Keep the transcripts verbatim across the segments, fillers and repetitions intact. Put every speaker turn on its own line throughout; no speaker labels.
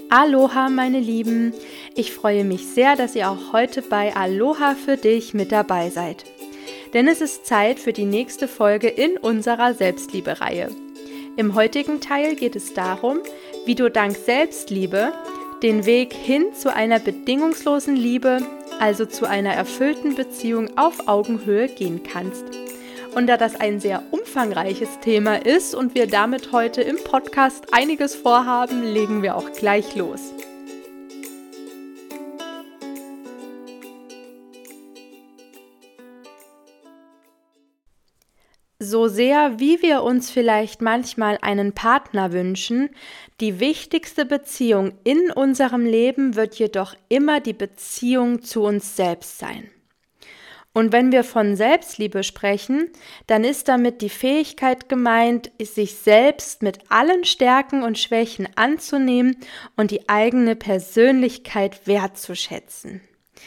Aloha meine Lieben, ich freue mich sehr, dass ihr auch heute bei Aloha für dich mit dabei seid. Denn es ist Zeit für die nächste Folge in unserer Selbstliebe-Reihe. Im heutigen Teil geht es darum, wie du dank Selbstliebe den Weg hin zu einer bedingungslosen Liebe, also zu einer erfüllten Beziehung auf Augenhöhe gehen kannst. Und da das ein sehr umfangreiches Thema ist und wir damit heute im Podcast einiges vorhaben, legen wir auch gleich los. So sehr, wie wir uns vielleicht manchmal einen Partner wünschen, die wichtigste Beziehung in unserem Leben wird jedoch immer die Beziehung zu uns selbst sein. Und wenn wir von Selbstliebe sprechen, dann ist damit die Fähigkeit gemeint, sich selbst mit allen Stärken und Schwächen anzunehmen und die eigene Persönlichkeit wertzuschätzen.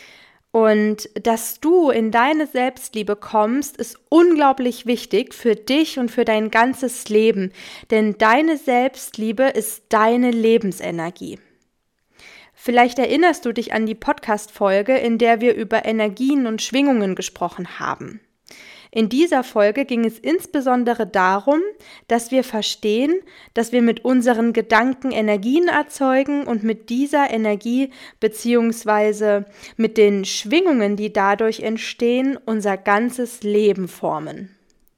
Und dass du in deine Selbstliebe kommst, ist unglaublich wichtig für dich und für dein ganzes Leben, denn deine Selbstliebe ist deine Lebensenergie. Vielleicht erinnerst du dich an die Podcast-Folge, in der wir über Energien und Schwingungen gesprochen haben. In dieser Folge ging es insbesondere darum, dass wir verstehen, dass wir mit unseren Gedanken Energien erzeugen und mit dieser Energie bzw. mit den Schwingungen, die dadurch entstehen, unser ganzes Leben formen.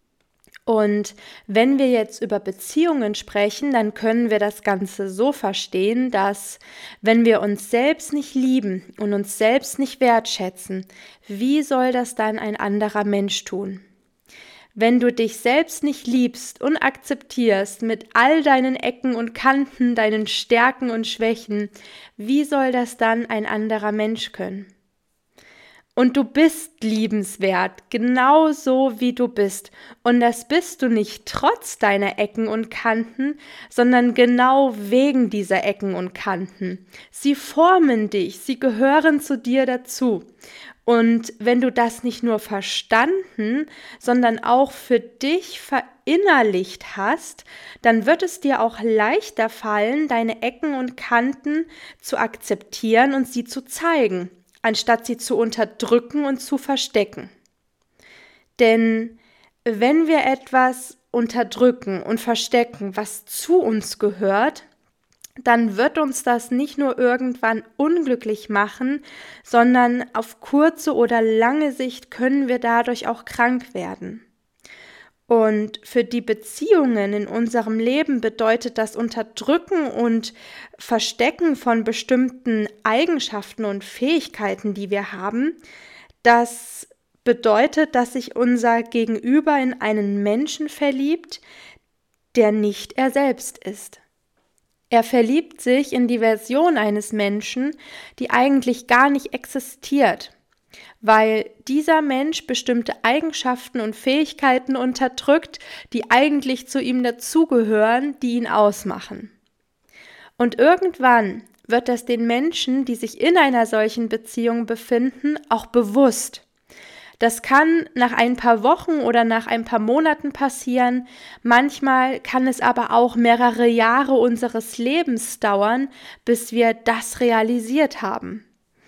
Und wenn wir jetzt über Beziehungen sprechen, dann können wir das Ganze so verstehen, dass wenn wir uns selbst nicht lieben und uns selbst nicht wertschätzen, wie soll das dann ein anderer Mensch tun? Wenn du dich selbst nicht liebst und akzeptierst mit all deinen Ecken und Kanten, deinen Stärken und Schwächen, wie soll das dann ein anderer Mensch können? Und du bist liebenswert, genauso wie du bist. Und das bist du nicht trotz deiner Ecken und Kanten, sondern genau wegen dieser Ecken und Kanten. Sie formen dich, sie gehören zu dir dazu. Und wenn du das nicht nur verstanden, sondern auch für dich verinnerlicht hast, dann wird es dir auch leichter fallen, deine Ecken und Kanten zu akzeptieren und sie zu zeigen, anstatt sie zu unterdrücken und zu verstecken. Denn wenn wir etwas unterdrücken und verstecken, was zu uns gehört, dann wird uns das nicht nur irgendwann unglücklich machen, sondern auf kurze oder lange Sicht können wir dadurch auch krank werden. Und für die Beziehungen in unserem Leben bedeutet das Unterdrücken und Verstecken von bestimmten Eigenschaften und Fähigkeiten, die wir haben, das bedeutet, dass sich unser Gegenüber in einen Menschen verliebt, der nicht er selbst ist. Er verliebt sich in die Version eines Menschen, die eigentlich gar nicht existiert, weil dieser Mensch bestimmte Eigenschaften und Fähigkeiten unterdrückt, die eigentlich zu ihm dazugehören, die ihn ausmachen. Und irgendwann wird das den Menschen, die sich in einer solchen Beziehung befinden, auch bewusst. Das kann nach ein paar Wochen oder nach ein paar Monaten passieren. Manchmal kann es aber auch mehrere Jahre unseres Lebens dauern, bis wir das realisiert haben.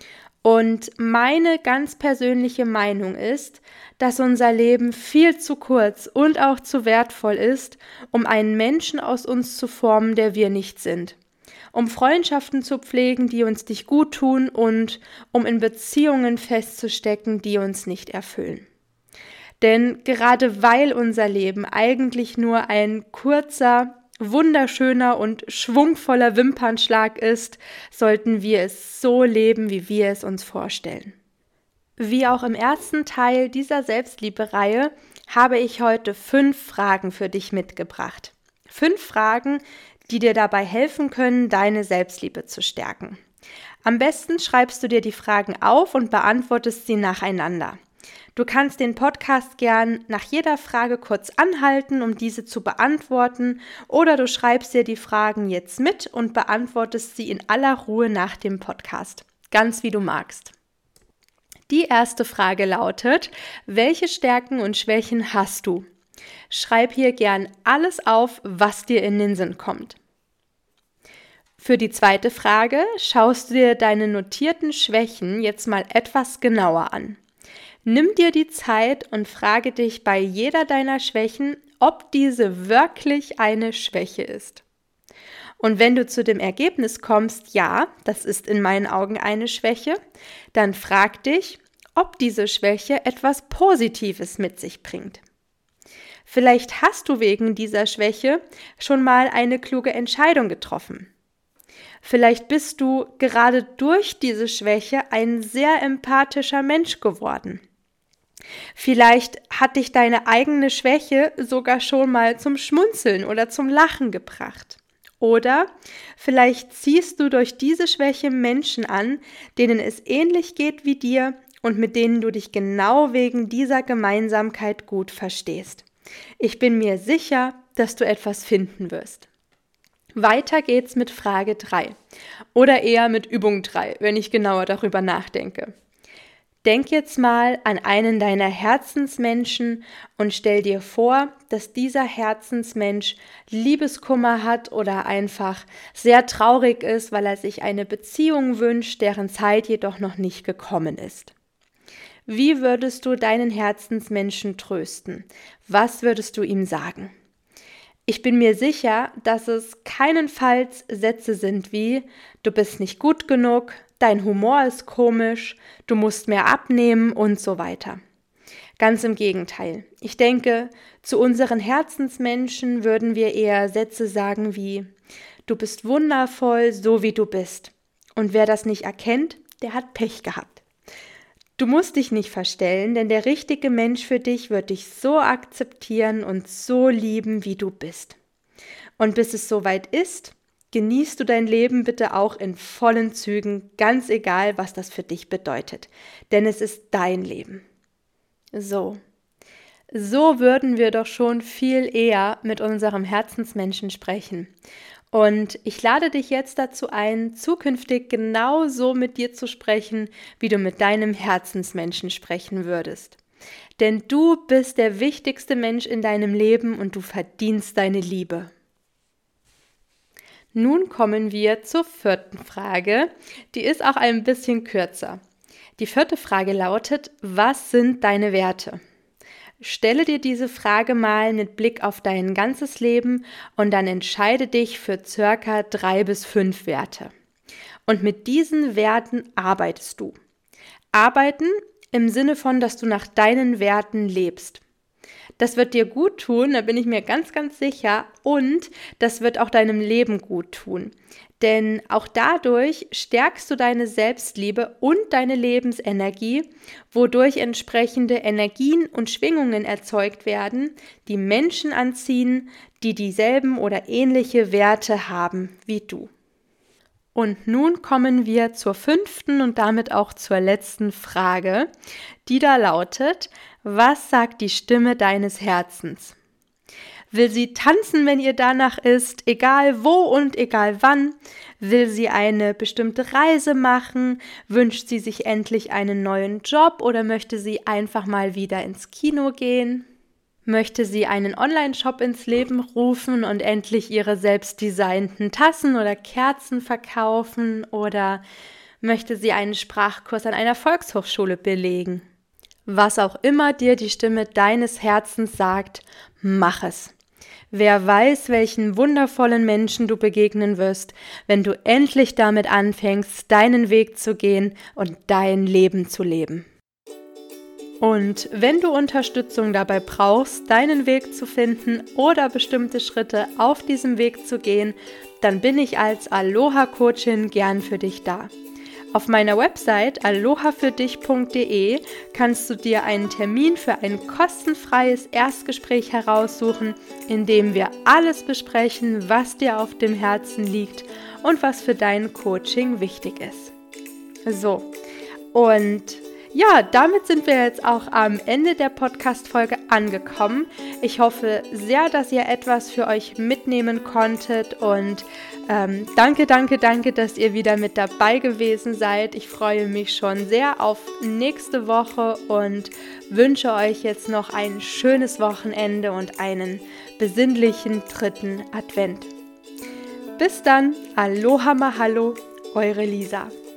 Und meine ganz persönliche Meinung ist, dass unser Leben viel zu kurz und auch zu wertvoll ist, um einen Menschen aus uns zu formen, der wir nicht sind. Um Freundschaften zu pflegen, die uns nicht gut tun und um in Beziehungen festzustecken, die uns nicht erfüllen. Denn gerade weil unser Leben eigentlich nur ein kurzer, wunderschöner und schwungvoller Wimpernschlag ist, sollten wir es so leben, wie wir es uns vorstellen. Wie auch im ersten Teil dieser Selbstliebe-Reihe habe ich heute fünf Fragen für dich mitgebracht. Fünf Fragen, die dir dabei helfen können, deine Selbstliebe zu stärken. Am besten schreibst du dir die Fragen auf und beantwortest sie nacheinander. Du kannst den Podcast gern nach jeder Frage kurz anhalten, um diese zu beantworten, oder du schreibst dir die Fragen jetzt mit und beantwortest sie in aller Ruhe nach dem Podcast. Ganz wie du magst. Die erste Frage lautet: Welche Stärken und Schwächen hast du? Schreib hier gern alles auf, was dir in den Sinn kommt. Für die zweite Frage schaust du dir deine notierten Schwächen jetzt mal etwas genauer an. Nimm dir die Zeit und frage dich bei jeder deiner Schwächen, ob diese wirklich eine Schwäche ist. Und wenn du zu dem Ergebnis kommst, ja, das ist in meinen Augen eine Schwäche, dann frag dich, ob diese Schwäche etwas Positives mit sich bringt. Vielleicht hast du wegen dieser Schwäche schon mal eine kluge Entscheidung getroffen. Vielleicht bist du gerade durch diese Schwäche ein sehr empathischer Mensch geworden. Vielleicht hat dich deine eigene Schwäche sogar schon mal zum Schmunzeln oder zum Lachen gebracht. Oder vielleicht ziehst du durch diese Schwäche Menschen an, denen es ähnlich geht wie dir und mit denen du dich genau wegen dieser Gemeinsamkeit gut verstehst. Ich bin mir sicher, dass du etwas finden wirst. Weiter geht's mit Frage drei oder eher mit Übung drei, wenn ich genauer darüber nachdenke. Denk jetzt mal an einen deiner Herzensmenschen und stell dir vor, dass dieser Herzensmensch Liebeskummer hat oder einfach sehr traurig ist, weil er sich eine Beziehung wünscht, deren Zeit jedoch noch nicht gekommen ist. Wie würdest du deinen Herzensmenschen trösten? Was würdest du ihm sagen? Ich bin mir sicher, dass es keinenfalls Sätze sind wie „Du bist nicht gut genug“, „Dein Humor ist komisch“, „Du musst mehr abnehmen“ und so weiter. Ganz im Gegenteil. Ich denke, zu unseren Herzensmenschen würden wir eher Sätze sagen wie „Du bist wundervoll, so wie du bist“. Und wer das nicht erkennt, der hat Pech gehabt. Du musst dich nicht verstellen, denn der richtige Mensch für dich wird dich so akzeptieren und so lieben, wie du bist. Und bis es soweit ist, genießt du dein Leben bitte auch in vollen Zügen, ganz egal, was das für dich bedeutet. Denn es ist dein Leben. So. So würden wir doch schon viel eher mit unserem Herzensmenschen sprechen. Und ich lade dich jetzt dazu ein, zukünftig genau so mit dir zu sprechen, wie du mit deinem Herzensmenschen sprechen würdest. Denn du bist der wichtigste Mensch in deinem Leben und du verdienst deine Liebe. Nun kommen wir zur vierten Frage. Die ist auch ein bisschen kürzer. Die vierte Frage lautet: Was sind deine Werte? Stelle dir diese Frage mal mit Blick auf dein ganzes Leben und dann entscheide dich für circa drei bis fünf Werte. Und mit diesen Werten arbeitest du. Arbeiten im Sinne von, dass du nach deinen Werten lebst. Das wird dir gut tun, da bin ich mir ganz, ganz sicher, und das wird auch deinem Leben gut tun. Denn auch dadurch stärkst du deine Selbstliebe und deine Lebensenergie, wodurch entsprechende Energien und Schwingungen erzeugt werden, die Menschen anziehen, die dieselben oder ähnliche Werte haben wie du. Und nun kommen wir zur fünften und damit auch zur letzten Frage, die da lautet: Was sagt die Stimme deines Herzens? Will sie tanzen, wenn ihr danach ist, egal wo und egal wann? Will sie eine bestimmte Reise machen? Wünscht sie sich endlich einen neuen Job oder möchte sie einfach mal wieder ins Kino gehen? Möchte sie einen Online-Shop ins Leben rufen und endlich ihre selbstdesignten Tassen oder Kerzen verkaufen? Oder möchte sie einen Sprachkurs an einer Volkshochschule belegen? Was auch immer dir die Stimme deines Herzens sagt, mach es. Wer weiß, welchen wundervollen Menschen du begegnen wirst, wenn du endlich damit anfängst, deinen Weg zu gehen und dein Leben zu leben. Und wenn du Unterstützung dabei brauchst, deinen Weg zu finden oder bestimmte Schritte auf diesem Weg zu gehen, dann bin ich als Aloha-Coachin gern für dich da. Auf meiner Website aloha für dich punkt de kannst du dir einen Termin für ein kostenfreies Erstgespräch heraussuchen, in dem wir alles besprechen, was dir auf dem Herzen liegt und was für dein Coaching wichtig ist. So, und ja, damit sind wir jetzt auch am Ende der Podcast-Folge angekommen. Ich hoffe sehr, dass ihr etwas für euch mitnehmen konntet und ähm, danke, danke, danke, dass ihr wieder mit dabei gewesen seid. Ich freue mich schon sehr auf nächste Woche und wünsche euch jetzt noch ein schönes Wochenende und einen besinnlichen dritten Advent. Bis dann. Aloha Mahalo, eure Lisa.